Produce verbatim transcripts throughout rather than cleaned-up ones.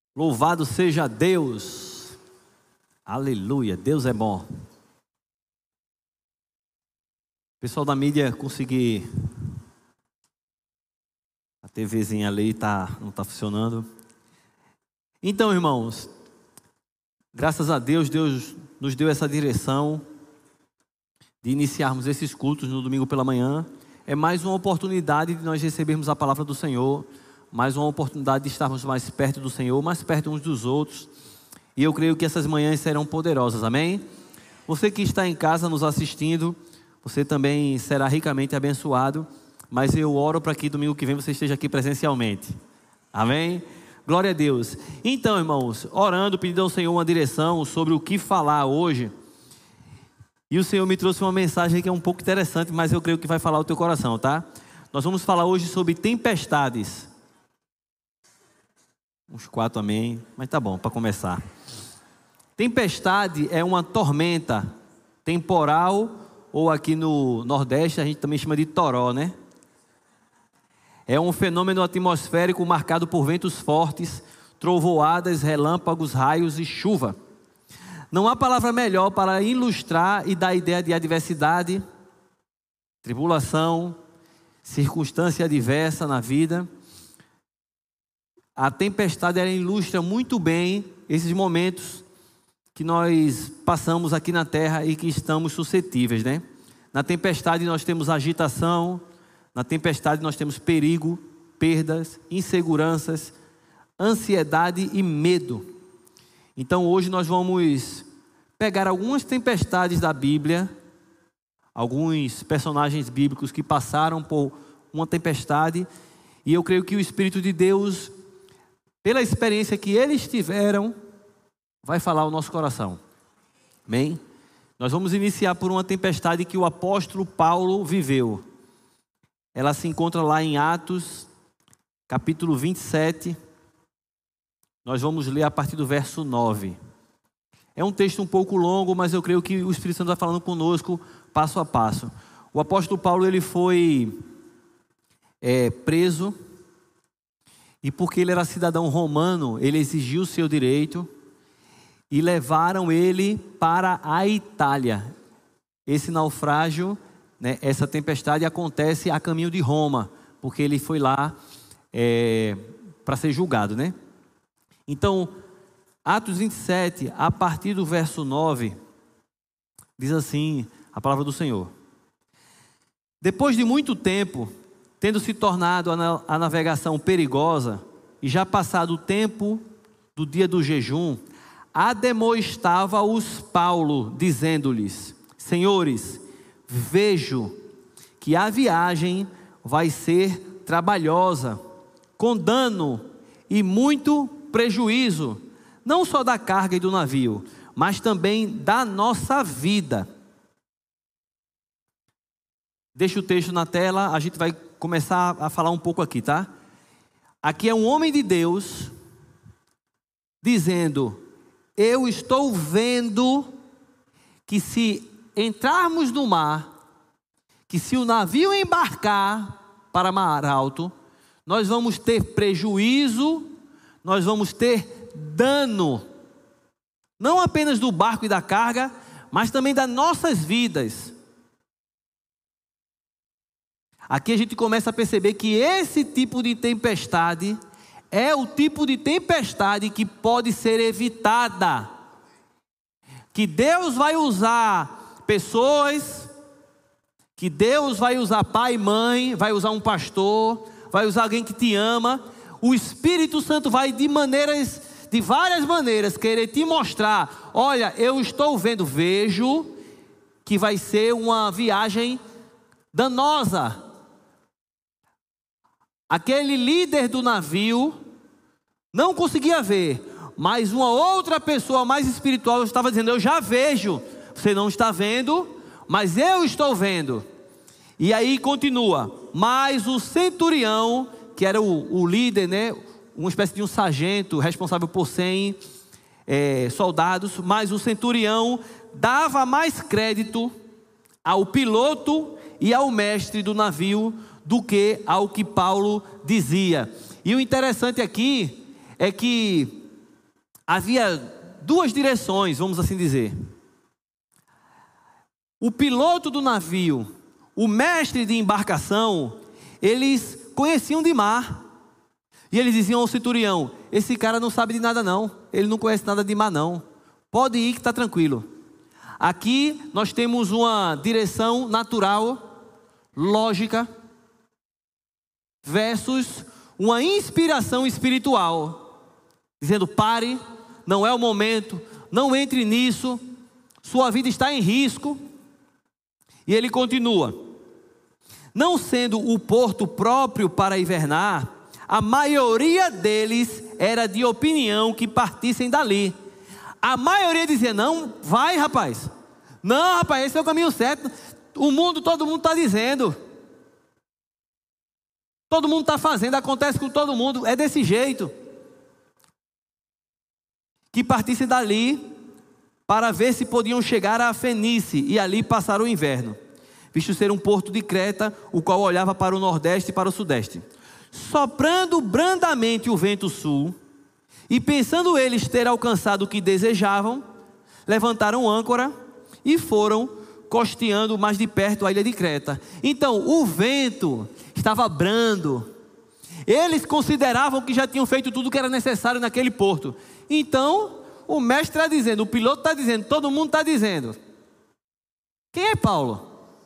Louvado seja Deus. Aleluia, Deus é bom. Pessoal da mídia, consegui. A TVzinha ali tá, não está funcionando. Então, irmãos, graças a Deus, Deus nos deu essa direção de iniciarmos esses cultos no domingo pela manhã. É mais uma oportunidade de nós recebermos a palavra do Senhor, mais uma oportunidade de estarmos mais perto do Senhor, mais perto uns dos outros. E eu creio que essas manhãs serão poderosas, amém? Você que está em casa nos assistindo, você também será ricamente abençoado, mas eu oro para que domingo que vem você esteja aqui presencialmente, amém? Glória a Deus. Então, irmãos, orando, pedindo ao Senhor uma direção sobre o que falar hoje. E o Senhor me trouxe uma mensagem que é um pouco interessante, mas eu creio que vai falar o teu coração, tá? Nós vamos falar hoje sobre tempestades. Uns quatro amém, mas tá bom, para começar. Tempestade é uma tormenta temporal, ou aqui no Nordeste a gente também chama de toró, né? É um fenômeno atmosférico marcado por ventos fortes, trovoadas, relâmpagos, raios e chuva. Não há palavra melhor para ilustrar e dar ideia de adversidade, tribulação, circunstância adversa na vida. A tempestade, ela ilustra muito bem esses momentos que nós passamos aqui na terra e que estamos suscetíveis, né? Na tempestade nós temos agitação, na tempestade nós temos perigo, perdas, inseguranças, ansiedade e medo. Então hoje nós vamos pegar algumas tempestades da Bíblia, alguns personagens bíblicos que passaram por uma tempestade, e eu creio que o Espírito de Deus, pela experiência que eles tiveram, vai falar ao nosso coração. Amém? Nós vamos iniciar por uma tempestade que o apóstolo Paulo viveu. Ela se encontra lá em Atos, capítulo vinte e sete. Nós vamos ler a partir do verso nove. É um texto um pouco longo, mas eu creio que o Espírito Santo vai falando conosco passo a passo. O apóstolo Paulo, ele foi é, preso, e porque ele era cidadão romano, ele exigiu o seu direito, e levaram ele para a Itália. Esse naufrágio, né, essa tempestade acontece a caminho de Roma, porque ele foi lá é, para ser julgado, né? Então, Atos vinte e sete, a partir do verso nove, diz assim a palavra do Senhor. Depois de muito tempo, tendo se tornado a, a navegação perigosa, e já passado o tempo do dia do jejum, ademoestava-os Paulo, dizendo-lhes: Senhores, vejo que a viagem vai ser trabalhosa, com dano e muito prejuízo, não só da carga e do navio, mas também da nossa vida. Deixa o texto na tela, a gente vai começar a falar um pouco aqui, tá? Aqui é um homem de Deus dizendo: eu estou vendo que se entrarmos no mar, que se o navio embarcar para mar alto, nós vamos ter prejuízo, nós vamos ter dano, não apenas do barco e da carga, mas também das nossas vidas. Aqui a gente começa a perceber que esse tipo de tempestade é o tipo de tempestade que pode ser evitada. Que Deus vai usar pessoas, que Deus vai usar pai e mãe, vai usar um pastor, vai usar alguém que te ama. O Espírito Santo vai de maneiras, de várias maneiras, querer te mostrar: olha, eu estou vendo, vejo que vai ser uma viagem danosa. Aquele líder do navio não conseguia ver, mas uma outra pessoa mais espiritual estava dizendo: eu já vejo, você não está vendo, mas eu estou vendo. E aí continua: mas o centurião, que era o, o líder, né, uma espécie de um sargento responsável por cem é, soldados, mas o centurião dava mais crédito ao piloto e ao mestre do navio do que ao que Paulo dizia. E o interessante aqui é que havia duas direções, vamos assim dizer. O piloto do navio, o mestre de embarcação, eles conheciam de mar. E eles diziam ao centurião: esse cara não sabe de nada não, ele não conhece nada de mar não. Pode ir que está tranquilo. Aqui nós temos uma direção natural, lógica, versus uma inspiração espiritual, dizendo: pare, não é o momento, não entre nisso, sua vida está em risco. E ele continua: não sendo o porto próprio para hivernar, a maioria deles era de opinião que partissem dali. A maioria dizia: não, vai rapaz, não rapaz, esse é o caminho certo, o mundo, todo mundo está dizendo, todo mundo está fazendo, acontece com todo mundo, é desse jeito. Que partissem dali para ver se podiam chegar a Fenícia e ali passar o inverno, visto ser um porto de Creta, o qual olhava para o nordeste e para o sudeste. Soprando brandamente o vento sul, e pensando eles ter alcançado o que desejavam, levantaram âncora e foram costeando mais de perto a ilha de Creta. Então o vento estava brando, eles consideravam que já tinham feito tudo o que era necessário naquele porto. Então o mestre está dizendo, o piloto está dizendo, todo mundo está dizendo. Quem é Paulo?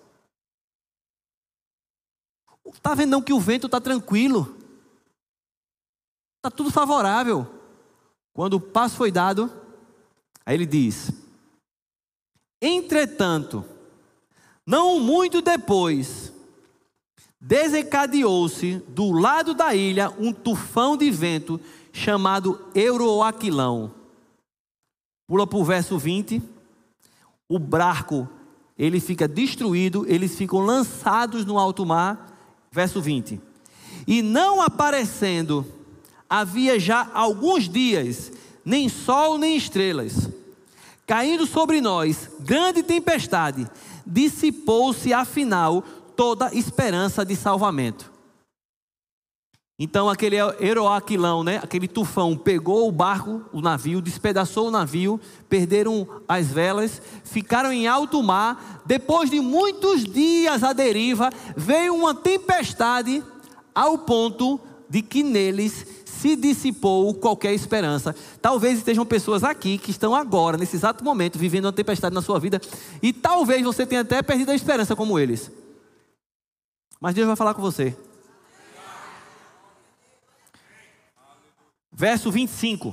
Está vendo não que o vento está tranquilo? Está tudo favorável. Quando o passo foi dado, aí ele diz: entretanto, não muito depois, desencadeou-se do lado da ilha um tufão de vento chamado Euroaquilão. Pula para o verso vinte. O barco, ele fica destruído, eles ficam lançados no alto mar. Verso vinte. E não aparecendo, havia já alguns dias, nem sol nem estrelas, caindo sobre nós grande tempestade, dissipou-se afinal toda esperança de salvamento. Então aquele Euroaquilão, né, aquele tufão, pegou o barco, o navio, despedaçou o navio, perderam as velas, ficaram em alto mar. Depois de muitos dias à deriva, veio uma tempestade ao ponto de que neles se dissipou qualquer esperança. Talvez estejam pessoas aqui que estão agora, nesse exato momento, vivendo uma tempestade na sua vida, e talvez você tenha até perdido a esperança como eles. Mas Deus vai falar com você. Verso vinte e cinco.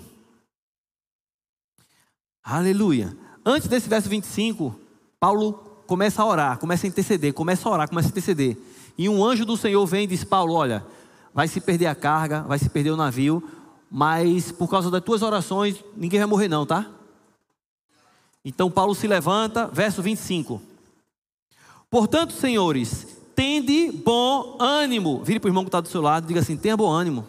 Aleluia. Antes desse verso vinte e cinco, Paulo começa a orar, começa a interceder, começa a orar, começa a interceder. E um anjo do Senhor vem e diz: Paulo, olha, vai se perder a carga, vai se perder o navio, mas por causa das tuas orações, ninguém vai morrer não, tá? Então Paulo se levanta, verso vinte e cinco. Portanto, senhores, tende bom ânimo. Vire para o irmão que está do seu lado e diga assim: tenha bom ânimo.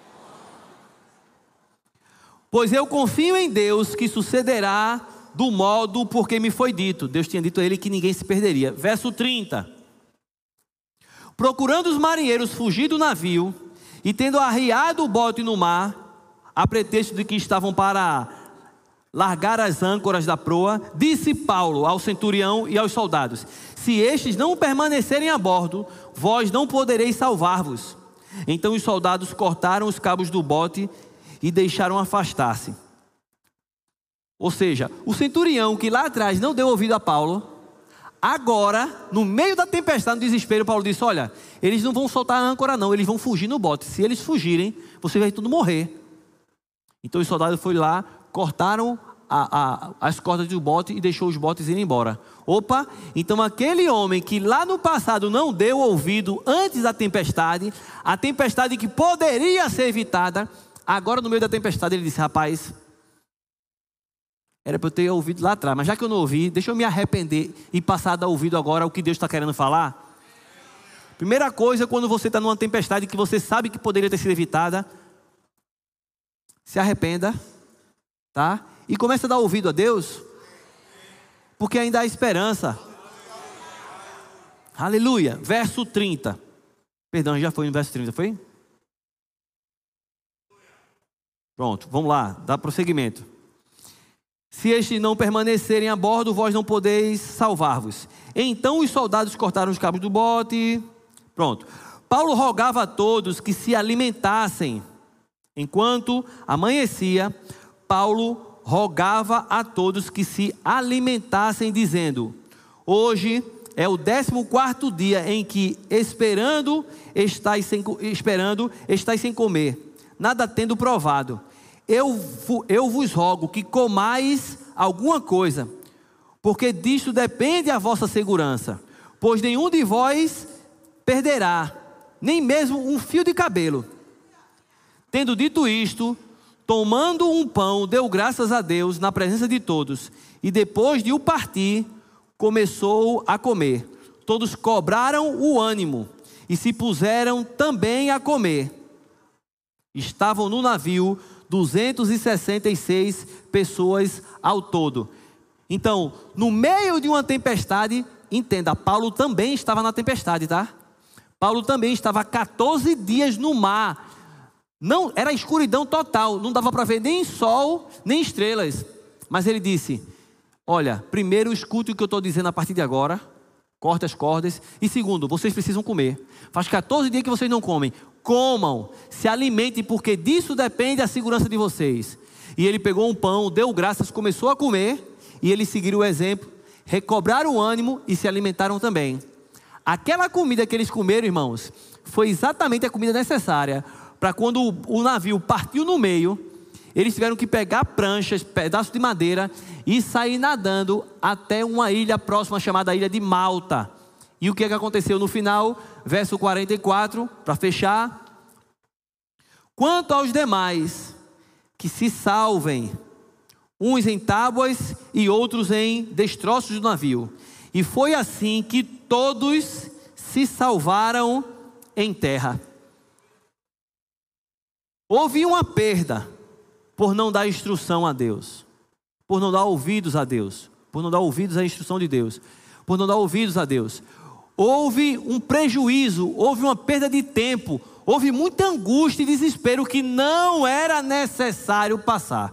Pois eu confio em Deus que sucederá do modo porque me foi dito. Deus tinha dito a ele que ninguém se perderia. Verso trinta. Procurando os marinheiros fugir do navio, e tendo arriado o bote no mar, a pretexto de que estavam para largar as âncoras da proa, disse Paulo ao centurião e aos soldados: se estes não permanecerem a bordo, vós não podereis salvar-vos. Então os soldados cortaram os cabos do bote e deixaram afastar-se. Ou seja, o centurião que lá atrás não deu ouvido a Paulo, agora, no meio da tempestade, no desespero, Paulo disse: olha, eles não vão soltar a âncora não, eles vão fugir no bote. Se eles fugirem, você vai tudo morrer. Então os soldados foram lá, cortaram a, a, as cordas do bote e deixou os botes irem embora. Opa, então aquele homem que lá no passado não deu ouvido antes da tempestade, a tempestade que poderia ser evitada, agora no meio da tempestade ele disse: rapaz, era para eu ter ouvido lá atrás, mas já que eu não ouvi, deixa eu me arrepender e passar a dar ouvido agora ao que Deus está querendo falar. Primeira coisa, quando você está numa tempestade que você sabe que poderia ter sido evitada, se arrependa, tá? E comece a dar ouvido a Deus, porque ainda há esperança. Aleluia. Verso trinta. Perdão, já foi no verso trinta, foi? Pronto, vamos lá, dá prosseguimento. Se estes não permanecerem a bordo, vós não podeis salvar-vos. Então os soldados cortaram os cabos do bote. Pronto. Paulo rogava a todos que se alimentassem. Enquanto amanhecia, Paulo rogava a todos que se alimentassem, dizendo: hoje é o décimo quarto dia em que, esperando, estáis sem, esperando, estáis sem comer, nada tendo provado. Eu, eu vos rogo que comais alguma coisa, porque disto depende a vossa segurança. Pois nenhum de vós perderá, nem mesmo um fio de cabelo. Tendo dito isto, tomando um pão, deu graças a Deus na presença de todos, e depois de o partir, começou a comer. Todos cobraram o ânimo, e se puseram também a comer. Estavam no navio duzentas e sessenta e seis pessoas ao todo. Então, no meio de uma tempestade, entenda, Paulo também estava na tempestade, tá? Paulo também estava quatorze dias no mar. Não, era escuridão total, não dava para ver nem sol, nem estrelas. Mas ele disse: olha, primeiro escute o que eu estou dizendo a partir de agora, corta as cordas. E segundo, vocês precisam comer. Faz quatorze dias que vocês não comem. Comam, se alimentem, porque disso depende a segurança de vocês. E ele pegou um pão, deu graças, começou a comer, e eles seguiram o exemplo, recobraram o ânimo e se alimentaram também. Aquela comida que eles comeram, irmãos, foi exatamente a comida necessária para quando o, o navio partiu no meio, eles tiveram que pegar pranchas, pedaços de madeira e sair nadando até uma ilha próxima chamada Ilha de Malta. E o que é que aconteceu no final? Verso quarenta e quatro, para fechar. Quanto aos demais, que se salvem, uns em tábuas e outros em destroços do navio. E foi assim que todos se salvaram em terra. Houve uma perda por não dar instrução a Deus, por não dar ouvidos a Deus, por não dar ouvidos à instrução de Deus, por não dar ouvidos a Deus. Houve um prejuízo, houve uma perda de tempo, houve muita angústia e desespero que não era necessário passar.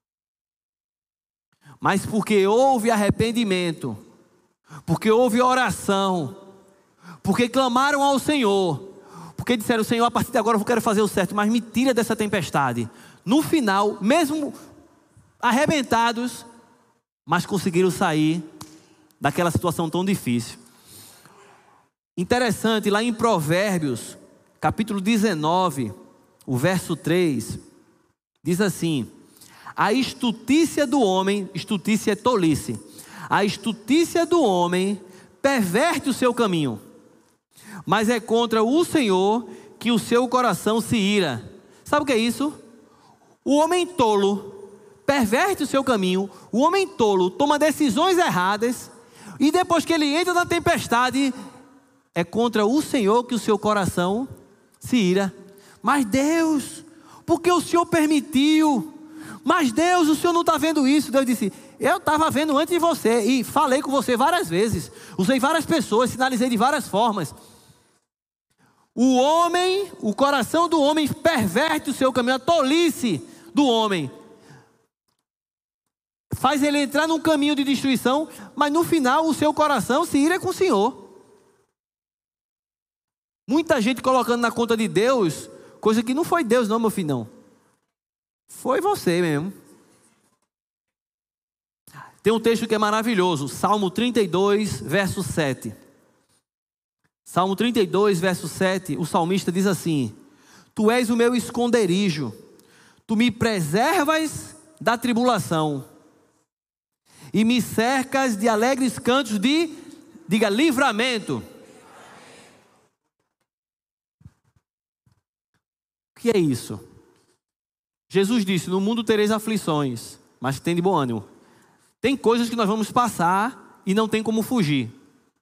Mas porque houve arrependimento, porque houve oração, porque clamaram ao Senhor, porque disseram: Senhor, a partir de agora eu quero fazer o certo, mas me tira dessa tempestade. No final, mesmo arrebentados, mas conseguiram sair daquela situação tão difícil. Interessante, lá em Provérbios, capítulo dezenove, o verso três, diz assim: a estutícia do homem, estutícia é tolice, a estutícia do homem perverte o seu caminho, mas é contra o Senhor que o seu coração se ira. Sabe o que é isso? O homem tolo perverte o seu caminho, o homem tolo toma decisões erradas, e depois que ele entra na tempestade, é contra o Senhor que o seu coração se ira. Mas Deus, porque o Senhor permitiu? Mas Deus, o Senhor não está vendo isso. Deus disse: eu estava vendo antes de você, e falei com você várias vezes, usei várias pessoas, sinalizei de várias formas. O homem, o coração do homem perverte o seu caminho, a tolice do homem faz ele entrar num caminho de destruição, mas no final o seu coração se ira com o Senhor. Muita gente colocando na conta de Deus coisa que não foi Deus não, meu filho, não. Foi você mesmo. Tem um texto que é maravilhoso, Salmo trinta e dois, verso sete. Salmo trinta e dois, verso sete, o salmista diz assim: Tu és o meu esconderijo, Tu me preservas da tribulação, e me cercas de alegres cantos de, diga, livramento. O que é isso? Jesus disse: no mundo tereis aflições, mas tem de bom ânimo. Tem coisas que nós vamos passar e não tem como fugir.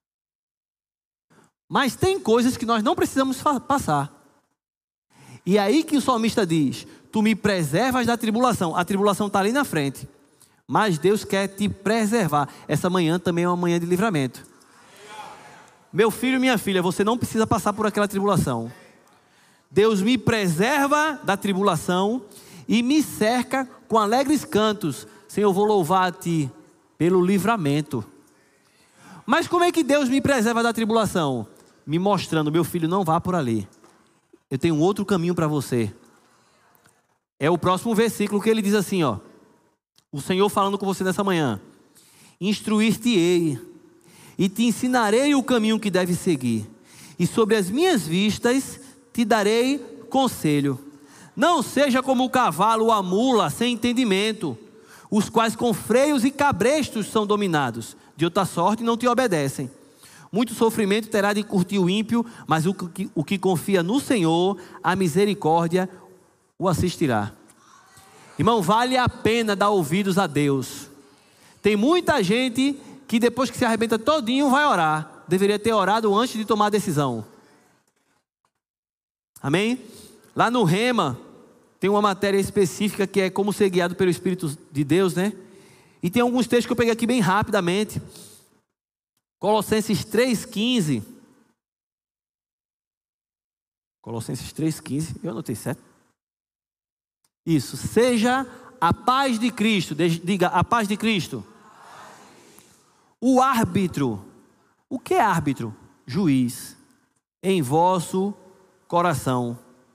Mas tem coisas que nós não precisamos passar. E aí que o salmista diz: Tu me preservas da tribulação. A tribulação está ali na frente, mas Deus quer te preservar. Essa manhã também é uma manhã de livramento. Meu filho e minha filha, você não precisa passar por aquela tribulação. Deus me preserva da tribulação e me cerca com alegres cantos. Senhor, eu vou louvar a Ti pelo livramento. Mas como é que Deus me preserva da tribulação? Me mostrando, meu filho, não vá por ali. Eu tenho um outro caminho para você. É o próximo versículo que ele diz assim, ó. O Senhor falando com você nessa manhã. Instruir-te-ei e te ensinarei o caminho que deve seguir. E sobre as minhas vistas te darei conselho. Não seja como o cavalo ou a mula sem entendimento, os quais com freios e cabrestos são dominados. De outra sorte não te obedecem. Muito sofrimento terá de curtir o ímpio, mas o que, o que confia no Senhor, a misericórdia o assistirá. Irmão, vale a pena dar ouvidos a Deus. Tem muita gente que depois que se arrebenta todinho vai orar. Deveria ter orado antes de tomar a decisão. Amém? Lá no Rema, tem uma matéria específica que é como ser guiado pelo Espírito de Deus, né? E tem alguns textos que eu peguei aqui bem rapidamente. Colossenses três, quinze. Colossenses três, quinze. Eu anotei certo? Isso. Seja a paz de Cristo. Diga, a paz de Cristo. O árbitro. O que é árbitro? Juiz. Em vosso coração.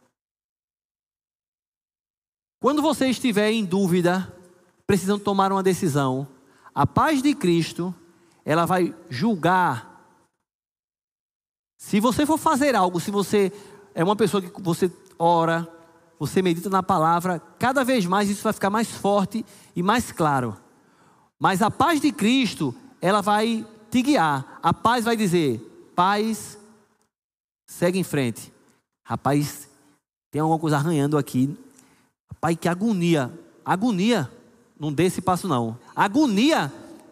Quando você estiver em dúvida, precisando tomar uma decisão, a paz de Cristo, ela vai julgar. Se você for fazer algo, se você é uma pessoa que você ora, você medita na palavra, cada vez mais isso vai ficar mais forte e mais claro. Mas a paz de Cristo, ela vai te guiar. A paz vai dizer, paz, segue em frente. Rapaz, tem alguma coisa arranhando aqui. Pai, que agonia. Agonia. Não dê esse passo não. Agonia.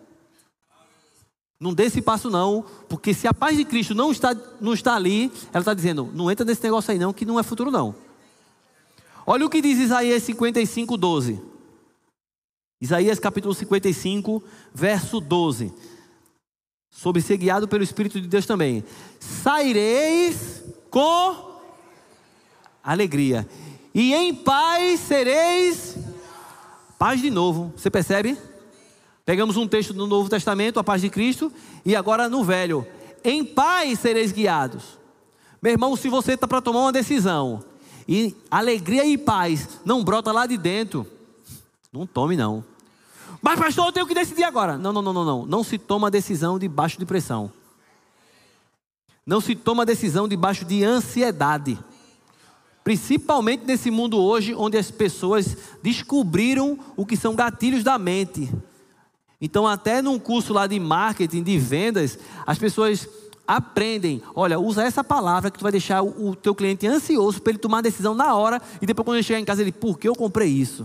Não dê esse passo não. Porque se a paz de Cristo não está, não está ali, ela está dizendo, não entra nesse negócio aí não, que não é futuro não. Olha o que diz Isaías cinquenta e cinco, doze. Isaías capítulo cinquenta e cinco, verso doze. Sobre ser guiado pelo Espírito de Deus também. Saireis com alegria. E em paz sereis. Paz de novo, você percebe? Pegamos um texto do Novo Testamento, a paz de Cristo, e agora no Velho. Em paz sereis guiados. Meu irmão, se você está para tomar uma decisão, e alegria e paz não brota lá de dentro, não tome não. Mas pastor, eu tenho que decidir agora. Não, não, não, não, não. Não se toma decisão debaixo de pressão. Não se toma decisão debaixo de ansiedade. Principalmente nesse mundo hoje, onde as pessoas descobriram o que são gatilhos da mente. Então, até num curso lá de marketing, de vendas, as pessoas aprendem. Olha, usa essa palavra que tu vai deixar o, o teu cliente ansioso para ele tomar a decisão na hora. E depois quando ele chegar em casa, ele, por que eu comprei isso?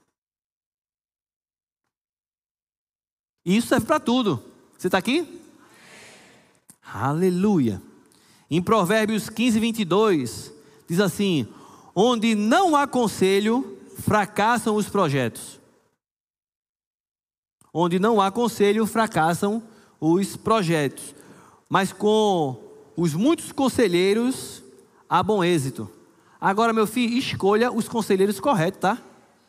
E isso serve para tudo. Você está aqui? Amém. Aleluia. Em Provérbios quinze, vinte e dois... diz assim, onde não há conselho, fracassam os projetos. Onde não há conselho, fracassam os projetos. Mas com os muitos conselheiros, há bom êxito. Agora, meu filho, escolha os conselheiros corretos, tá?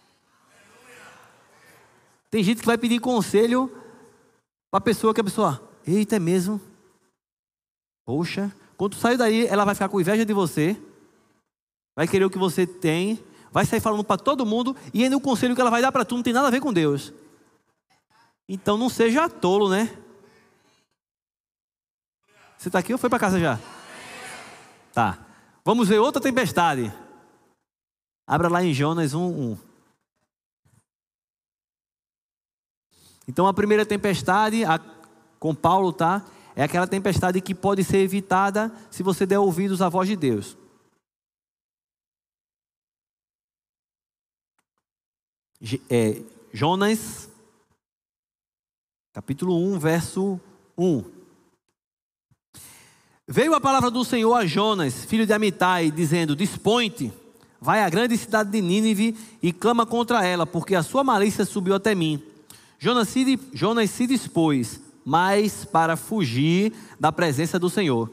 Tem gente que vai pedir conselho para a pessoa que a pessoa, eita, é mesmo? Poxa, quando tu sair daí, ela vai ficar com inveja de você. Vai querer o que você tem, vai sair falando para todo mundo, e ainda o conselho que ela vai dar para tu não tem nada a ver com Deus. Então não seja tolo, né? Você está aqui ou foi para casa já? Tá. Vamos ver outra tempestade. Abra lá em Jonas um, um. Então a primeira tempestade, a, com Paulo, tá? É aquela tempestade que pode ser evitada se você der ouvidos à voz de Deus. É, Jonas, capítulo um, verso um. Veio a palavra do Senhor a Jonas, filho de Amitai, dizendo, dispõe-te, vai à grande cidade de Nínive e clama contra ela, porque a sua malícia subiu até mim. Jonas se, Jonas se dispôs, mas para fugir da presença do Senhor,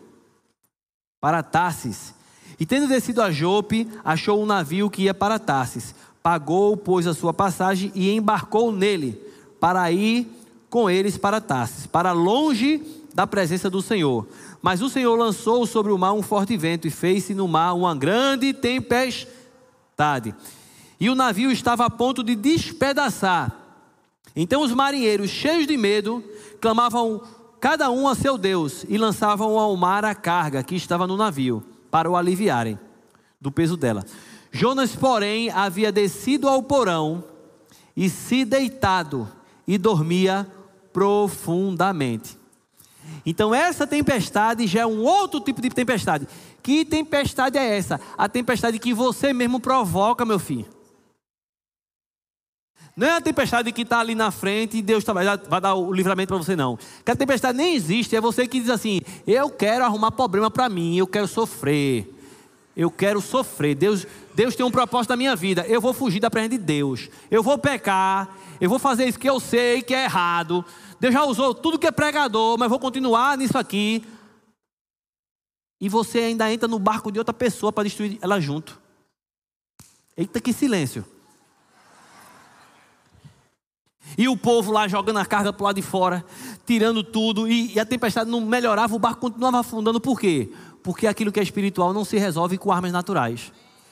para Tarsis. E tendo descido a Jope, achou um navio que ia para Tarsis. Pagou, pois, a sua passagem e embarcou nele, para ir com eles para Tarsis, para longe da presença do Senhor. Mas o Senhor lançou sobre o mar um forte vento, e fez-se no mar uma grande tempestade. E o navio estava a ponto de despedaçar. Então os marinheiros, cheios de medo, clamavam cada um a seu Deus, e lançavam ao mar a carga que estava no navio, para o aliviarem do peso dela. Jonas, porém, havia descido ao porão e se deitado e dormia profundamente. Então essa tempestade já é um outro tipo de tempestade. Que tempestade é essa? A tempestade que você mesmo provoca, meu filho. Não é a tempestade que está ali na frente e Deus vai dar o livramento para você, não. Que a tempestade nem existe, é você que diz assim: eu quero arrumar problema para mim, eu quero sofrer. Eu quero sofrer. Deus, Deus tem um propósito na minha vida. Eu vou fugir da presença de Deus. Eu vou pecar. Eu vou fazer isso que eu sei que é errado. Deus já usou tudo que é pregador, mas vou continuar nisso aqui. E você ainda entra no barco de outra pessoa para destruir ela junto. Eita, que silêncio. E o povo lá jogando a carga para o lado de fora, tirando tudo. E, e a tempestade não melhorava, o barco continuava afundando. Por quê? Porque aquilo que é espiritual não se resolve com armas naturais.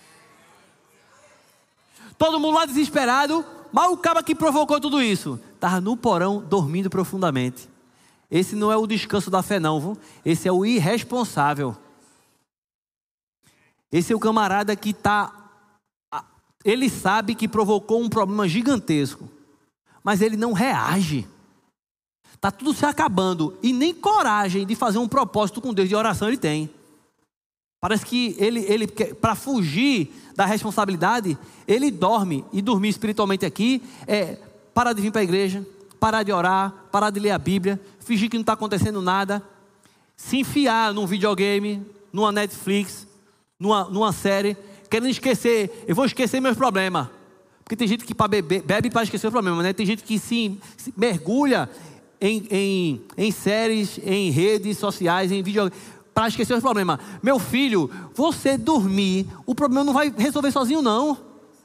Todo mundo lá desesperado, mas o cara que provocou tudo isso estava no porão dormindo profundamente. Esse não é o descanso da fé não, viu? Esse é o irresponsável. Esse é o camarada que está... Ele sabe que provocou um problema gigantesco, mas ele não reage. Está tudo se acabando e nem coragem de fazer um propósito com Deus de oração ele tem. Parece que ele, ele para fugir da responsabilidade, ele dorme. E dormir espiritualmente aqui é parar de vir para a igreja, parar de orar, parar de ler a Bíblia, fingir que não está acontecendo nada, se enfiar num videogame, numa Netflix, numa, numa série, querendo esquecer. Eu vou esquecer meus problemas. Porque tem gente que para beber, bebe para esquecer os problemas, né? Tem gente que se, se mergulha em, em, em séries, em redes sociais, em videogames, para esquecer os problemas. Meu filho, você dormir, o problema não vai resolver sozinho não.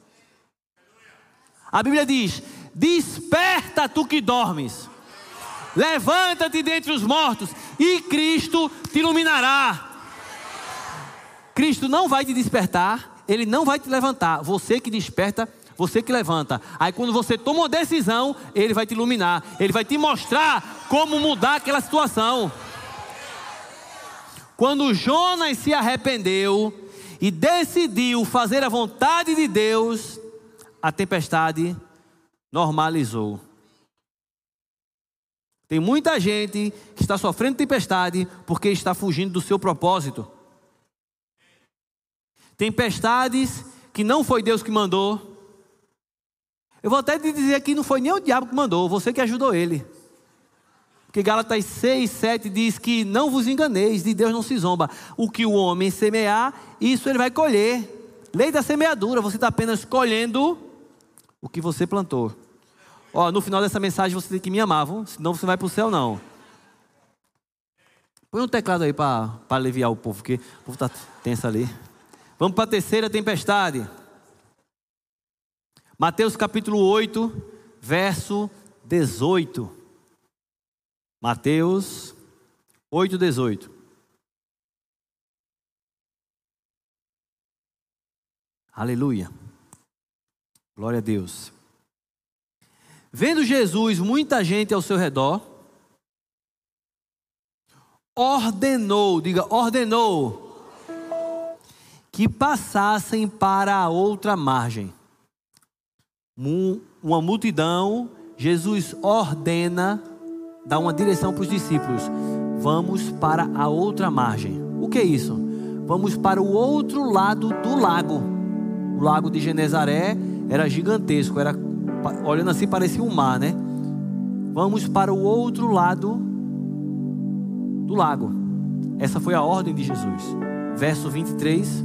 A Bíblia diz: desperta tu que dormes, levanta-te dentre os mortos e Cristo te iluminará. Cristo não vai te despertar, Ele não vai te levantar. Você que desperta, você que levanta. Aí quando você toma uma decisão, Ele vai te iluminar. Ele vai te mostrar como mudar aquela situação. Quando Jonas se arrependeu e decidiu fazer a vontade de Deus, a tempestade normalizou. Tem muita gente que está sofrendo tempestade porque está fugindo do seu propósito. Tempestades que não foi Deus que mandou. Eu vou até te dizer que não foi nem o diabo que mandou, você que ajudou ele. Porque Gálatas seis, sete diz que não vos enganeis, de Deus não se zomba. O que o homem semear, isso ele vai colher. Lei da semeadura, você está apenas colhendo o que você plantou. Ó, no final dessa mensagem você tem que me amar, viu? Senão você vai para o céu não. Põe um teclado aí para aliviar o povo, porque o povo está tenso ali. Vamos para a terceira tempestade. Mateus capítulo oito, verso dezoito. Mateus oito, dezoito. Aleluia. Glória a Deus. Vendo Jesus muita gente ao seu redor, ordenou, diga, ordenou, que passassem para a outra margem. Uma multidão, Jesus ordena, dá uma direção para os discípulos: vamos para a outra margem. O que é isso? Vamos para o outro lado do lago. O lago de Genezaré era gigantesco, era, olhando assim parecia um mar, né? Vamos para o outro lado do lago. Essa foi a ordem de Jesus. Verso vinte e três.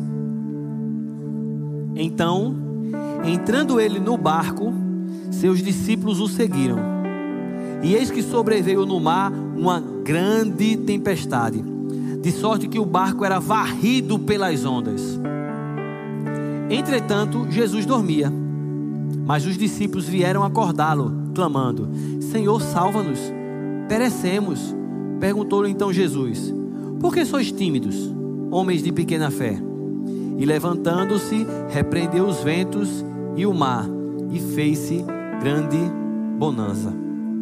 Então, entrando ele no barco, seus discípulos o seguiram. E eis que sobreveio no mar uma grande tempestade, de sorte que o barco era varrido pelas ondas. Entretanto, Jesus dormia. Mas os discípulos vieram acordá-lo, clamando: Senhor, salva-nos, perecemos. Perguntou-lhe então Jesus: Por que sois tímidos, homens de pequena fé? E levantando-se, repreendeu os ventos e o mar, e fez-se grande bonança.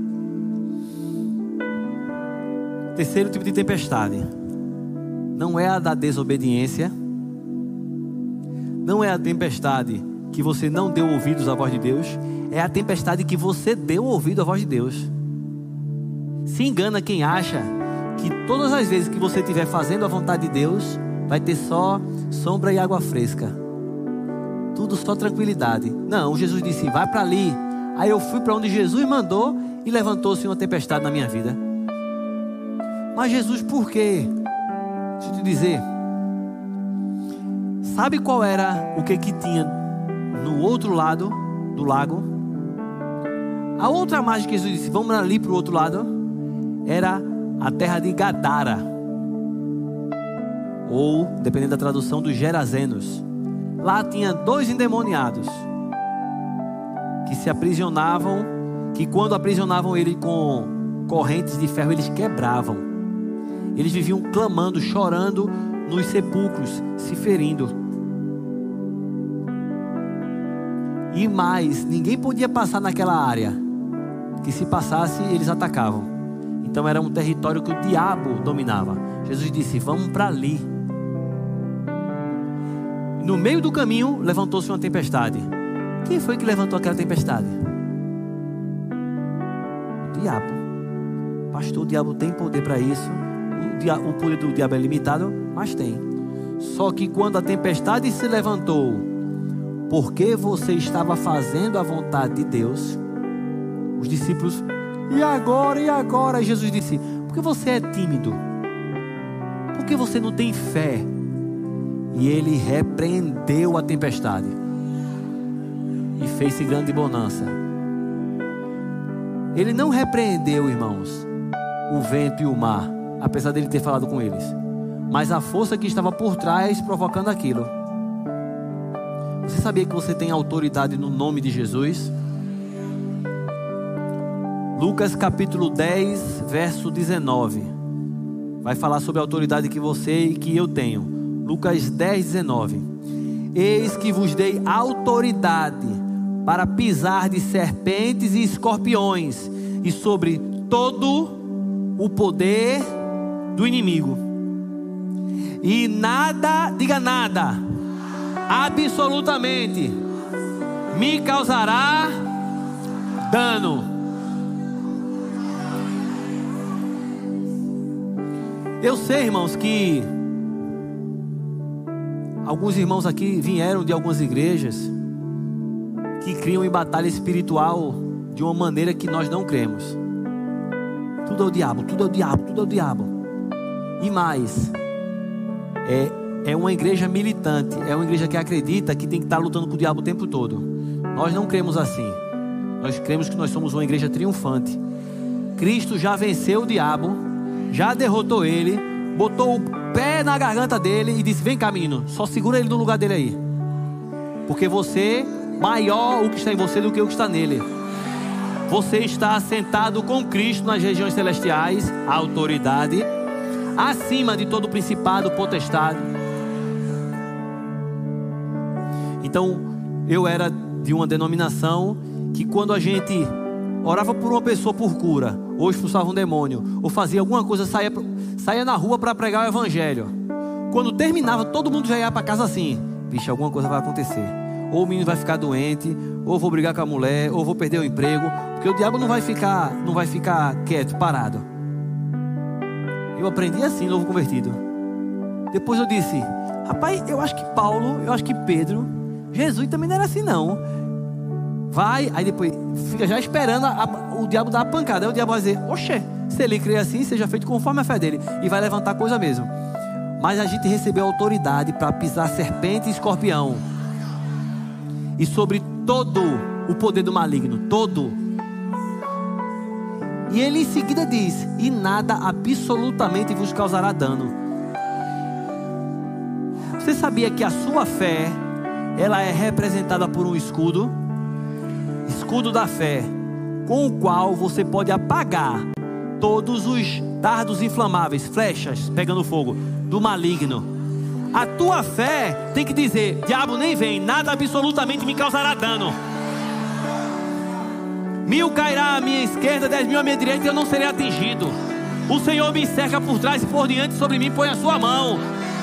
Terceiro tipo de tempestade não é a da desobediência, não é a tempestade que você não deu ouvidos à voz de Deus, é a tempestade que você deu ouvido à voz de Deus. Se engana quem acha que todas as vezes que você estiver fazendo a vontade de Deus, vai ter só sombra e água fresca, tudo só tranquilidade. Não, Jesus disse: vai para ali. Aí eu fui para onde Jesus mandou e levantou-se uma tempestade na minha vida. Mas Jesus, por quê? Deixa eu te dizer. Sabe qual era o que que tinha no outro lado do lago? A outra margem que Jesus disse: vamos ali para o outro lado, era a terra de Gadara, ou, dependendo da tradução, dos Gerazenos. Lá tinha dois endemoniados que se aprisionavam, que quando aprisionavam ele com correntes de ferro, eles quebravam. Eles viviam clamando, chorando nos sepulcros, se ferindo. E mais, ninguém podia passar naquela área, que se passasse, eles atacavam. Então era um território que o diabo dominava. Jesus disse: vamos para ali. No meio do caminho, levantou-se uma tempestade. Quem foi que levantou aquela tempestade? O diabo. Pastor, o diabo tem poder para isso. O, dia, o poder do diabo é limitado, mas tem. Só que quando a tempestade se levantou, porque você estava fazendo a vontade de Deus, os discípulos: e agora, e agora? E Jesus disse: porque você é tímido, porque você não tem fé. E ele repreendeu a tempestade e fez-se grande bonança. Ele não repreendeu, irmãos, o vento e o mar, apesar dele ter falado com eles, mas a força que estava por trás provocando aquilo. Você sabia que você tem autoridade no nome de Jesus? Lucas capítulo dez, verso dezenove, vai falar sobre a autoridade que você e que eu tenho. Lucas dez, dezenove. Eis que vos dei autoridade para pisar de serpentes e escorpiões, e sobre todo o poder do inimigo. E nada, diga nada, absolutamente me causará dano. Eu sei, irmãos, que alguns irmãos aqui vieram de algumas igrejas que criam em batalha espiritual de uma maneira que nós não cremos. Tudo é o diabo, tudo é o diabo, tudo é o diabo. E mais, é, é uma igreja militante, é uma igreja que acredita que tem que estar lutando com o diabo o tempo todo. Nós não cremos assim. Nós cremos que nós somos uma igreja triunfante. Cristo já venceu o diabo, já derrotou ele, botou o pé na garganta dele e disse: vem cá, menino, só segura ele no lugar dele aí, porque você, maior o que está em você do que o que está nele. Você está assentado com Cristo nas regiões celestiais, a autoridade, acima de todo principado, potestade. Então, eu era de uma denominação que quando a gente orava por uma pessoa por cura, ou expulsava um demônio, ou fazia alguma coisa, saía, saía na rua para pregar o evangelho. Quando terminava, todo mundo já ia para casa assim: vixe, alguma coisa vai acontecer. Ou o menino vai ficar doente, ou vou brigar com a mulher, ou vou perder o emprego, porque o diabo não vai ficar, não vai ficar quieto, parado. Eu aprendi assim, novo convertido. Depois eu disse: rapaz, eu acho que Paulo, eu acho que Pedro, Jesus também não era assim não. Vai, aí depois fica já esperando a, a, o diabo dar a pancada. Aí o diabo vai dizer: oxê, se ele crê assim, seja feito conforme a fé dele, e vai levantar coisa mesmo. Mas a gente recebeu autoridade para pisar serpente e escorpião, e sobre todo o poder do maligno, todo. E ele em seguida diz: e nada absolutamente vos causará dano. Você sabia que a sua fé, ela é representada por um escudo? escudo da fé, com o qual você pode apagar todos os dardos inflamáveis, flechas pegando fogo, do maligno. A tua fé tem que dizer: diabo, nem vem, nada absolutamente me causará dano. Mil cairá à minha esquerda, dez mil à minha direita, e eu não serei atingido. O Senhor me cerca por trás e por diante, sobre mim põe a sua mão.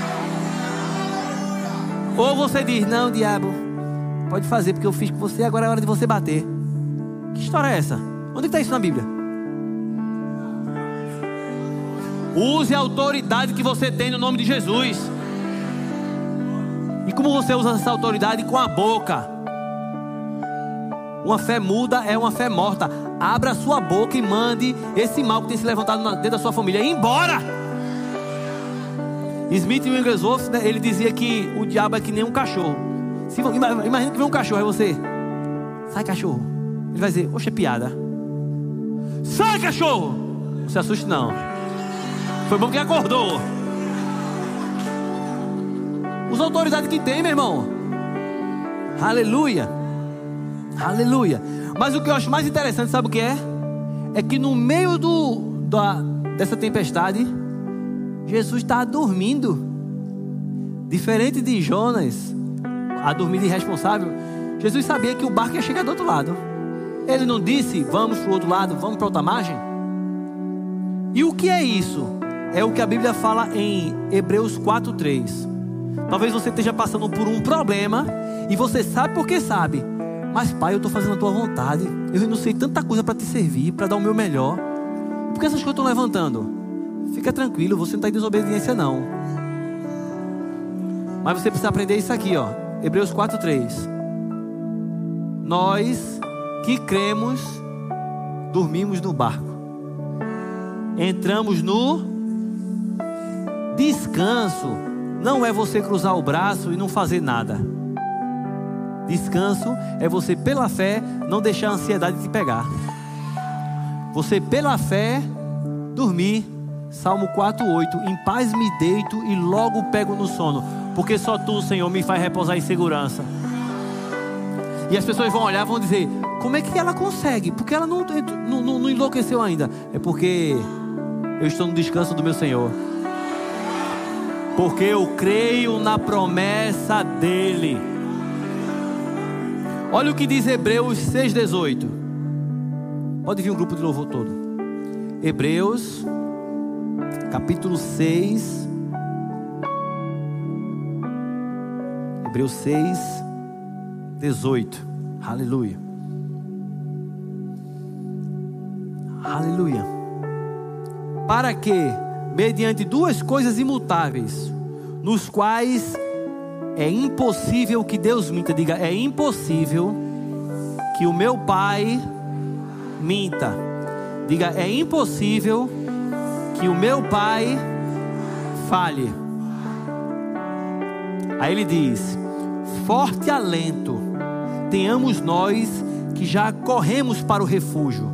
Ou você diz: não, diabo, pode fazer, porque eu fiz com você, agora é hora de você bater. Que história é essa? Onde está isso na Bíblia? Use a autoridade que você tem no nome de Jesus. E como você usa essa autoridade? Com a boca. Uma fé muda é uma fé morta. Abra a sua boca e mande esse mal que tem se levantado dentro da sua família embora. Smith Wigglesworth, né, ele dizia que o diabo é que nem um cachorro. Se, imagina que vem um cachorro, é você: sai, cachorro. Ele vai dizer: oxe, é piada. Sai, cachorro. Não se assuste não, foi bom que acordou. Usa a autoridade que tem, meu irmão. Aleluia. Aleluia. Mas o que eu acho mais interessante, sabe o que é? É que no meio do, da, dessa tempestade, Jesus está dormindo. Diferente de Jonas, a dormir irresponsável, Jesus sabia que o barco ia chegar do outro lado. Ele não disse: vamos para o outro lado, vamos para outra margem. E o que é isso? É o que a Bíblia fala em Hebreus quatro, três. Talvez você esteja passando por um problema e você sabe porque sabe: mas pai, eu estou fazendo a tua vontade, eu renunciei tanta coisa para te servir, para dar o meu melhor. Por que essas coisas estão levantando? Fica tranquilo, você não está em desobediência não. Mas você precisa aprender isso aqui, ó. Hebreus quatro, três. Nós que cremos, dormimos no barco, entramos no descanso. Não é você cruzar o braço e não fazer nada. Descanso é você, pela fé, não deixar a ansiedade te pegar. Você, pela fé, dormir. Salmo quatro, oito. Em paz me deito e logo pego no sono, porque só tu, Senhor, me faz repousar em segurança. E as pessoas vão olhar e vão dizer: como é que ela consegue? Porque ela não, não, não, não enlouqueceu ainda. É porque eu estou no descanso do meu Senhor. Porque eu creio na promessa dEle. Olha o que diz Hebreus seis, dezoito. Pode vir um grupo de louvor todo. Hebreus, capítulo seis. Hebreus seis, dezoito. Aleluia. Aleluia. Para que, mediante duas coisas imutáveis, nos quais é impossível que Deus minta. Diga: é impossível que o meu Pai minta. Diga: é impossível que o meu Pai falhe. Aí ele diz: forte alento tenhamos nós que já corremos para o refúgio,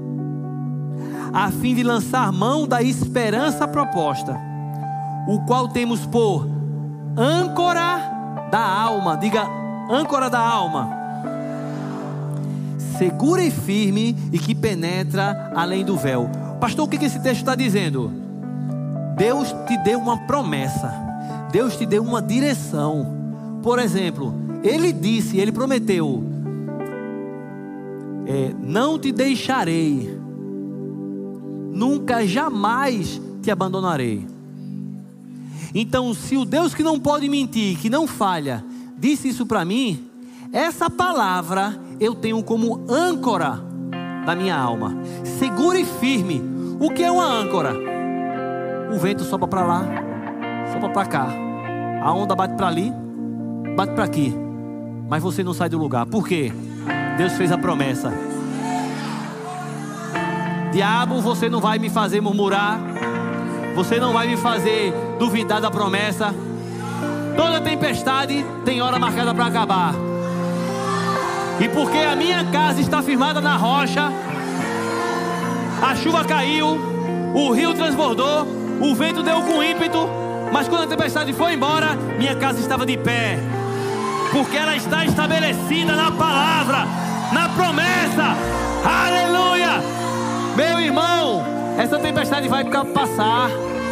a fim de lançar mão da esperança proposta, o qual temos por âncora da alma. Diga: âncora da alma, segura e firme, e que penetra além do véu. Pastor, o que esse texto está dizendo? Deus te deu uma promessa, Deus te deu uma direção. Por exemplo, Ele disse, Ele prometeu: é, não te deixarei, nunca, jamais te abandonarei. Então, se o Deus que não pode mentir, que não falha, disse isso para mim, essa palavra eu tenho como âncora da minha alma, segura e firme. O que é uma âncora? O vento sopra para lá, sopra para cá, a onda bate para ali, bate para aqui, mas você não sai do lugar. Por quê? Deus fez a promessa. Diabo, você não vai me fazer murmurar, você não vai me fazer duvidar da promessa. Toda tempestade tem hora marcada para acabar. E porque a minha casa está firmada na rocha, a chuva caiu, o rio transbordou, o vento deu com ímpeto, mas quando a tempestade foi embora, minha casa estava de pé, porque ela está estabelecida na palavra, na promessa. Essa tempestade vai passar.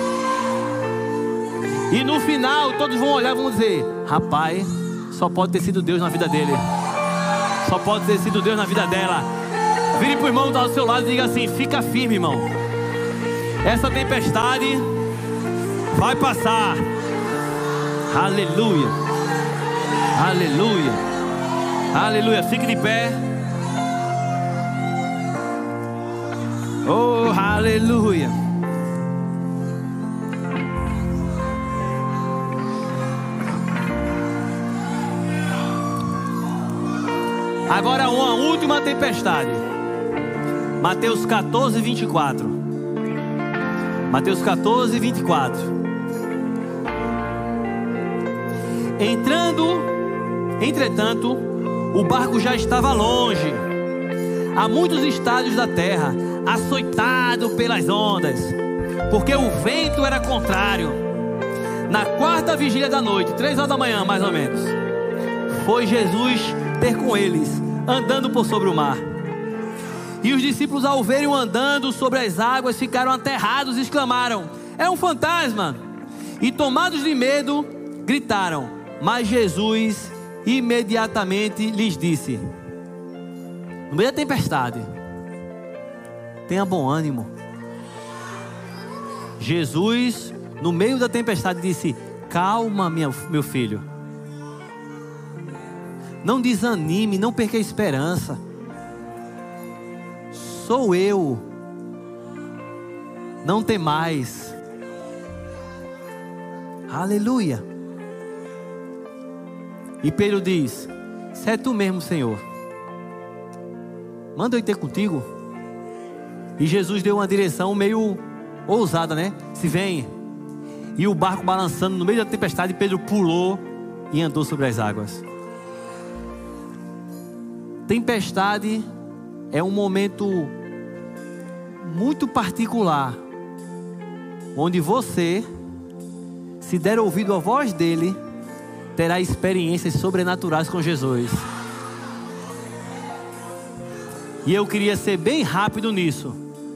E no final todos vão olhar e vão dizer: rapaz, só pode ter sido Deus na vida dele. Só pode ter sido Deus na vida dela. Vire para o irmão que está ao seu lado e diga assim: fica firme, irmão. Essa tempestade vai passar. Aleluia. Aleluia. Aleluia. Fique de pé. Oh, aleluia. Agora uma última tempestade. Mateus quatorze, vinte e quatro. Mateus quatorze, vinte e quatro. Entrando, entretanto, o barco já estava longe, a muitos estádios da terra, açoitado pelas ondas, porque o vento era contrário. Na quarta vigília da noite, três horas da manhã mais ou menos, foi Jesus ter com eles, andando por sobre o mar. E os discípulos, ao verem-o andando sobre as águas, ficaram aterrados e exclamaram: é um fantasma! E tomados de medo, gritaram. Mas Jesus imediatamente lhes disse, no meio da tempestade: tenha bom ânimo. Jesus, no meio da tempestade, disse: calma, minha, meu filho. Não desanime, não perca a esperança. Sou eu. Não tem mais. Aleluia. E Pedro diz: se é tu mesmo, Senhor, manda eu ir ter contigo. E Jesus deu uma direção meio ousada, né? Se vem. E o barco balançando no meio da tempestade, Pedro pulou e andou sobre as águas. Tempestade é um momento muito particular, onde você, se der ouvido à voz dele, terá experiências sobrenaturais com Jesus. E eu queria ser bem rápido nisso.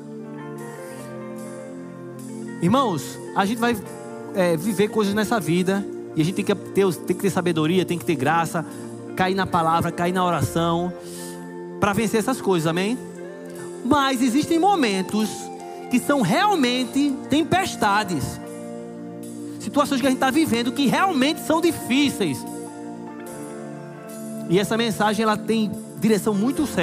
Irmãos, a gente vai é, viver coisas nessa vida, e a gente tem que ter, tem que ter sabedoria, tem que ter graça, cair na palavra, cair na oração, para vencer essas coisas, amém? Mas existem momentos que são realmente tempestades, situações que a gente está vivendo que realmente são difíceis. E essa mensagem, ela tem direção muito séria.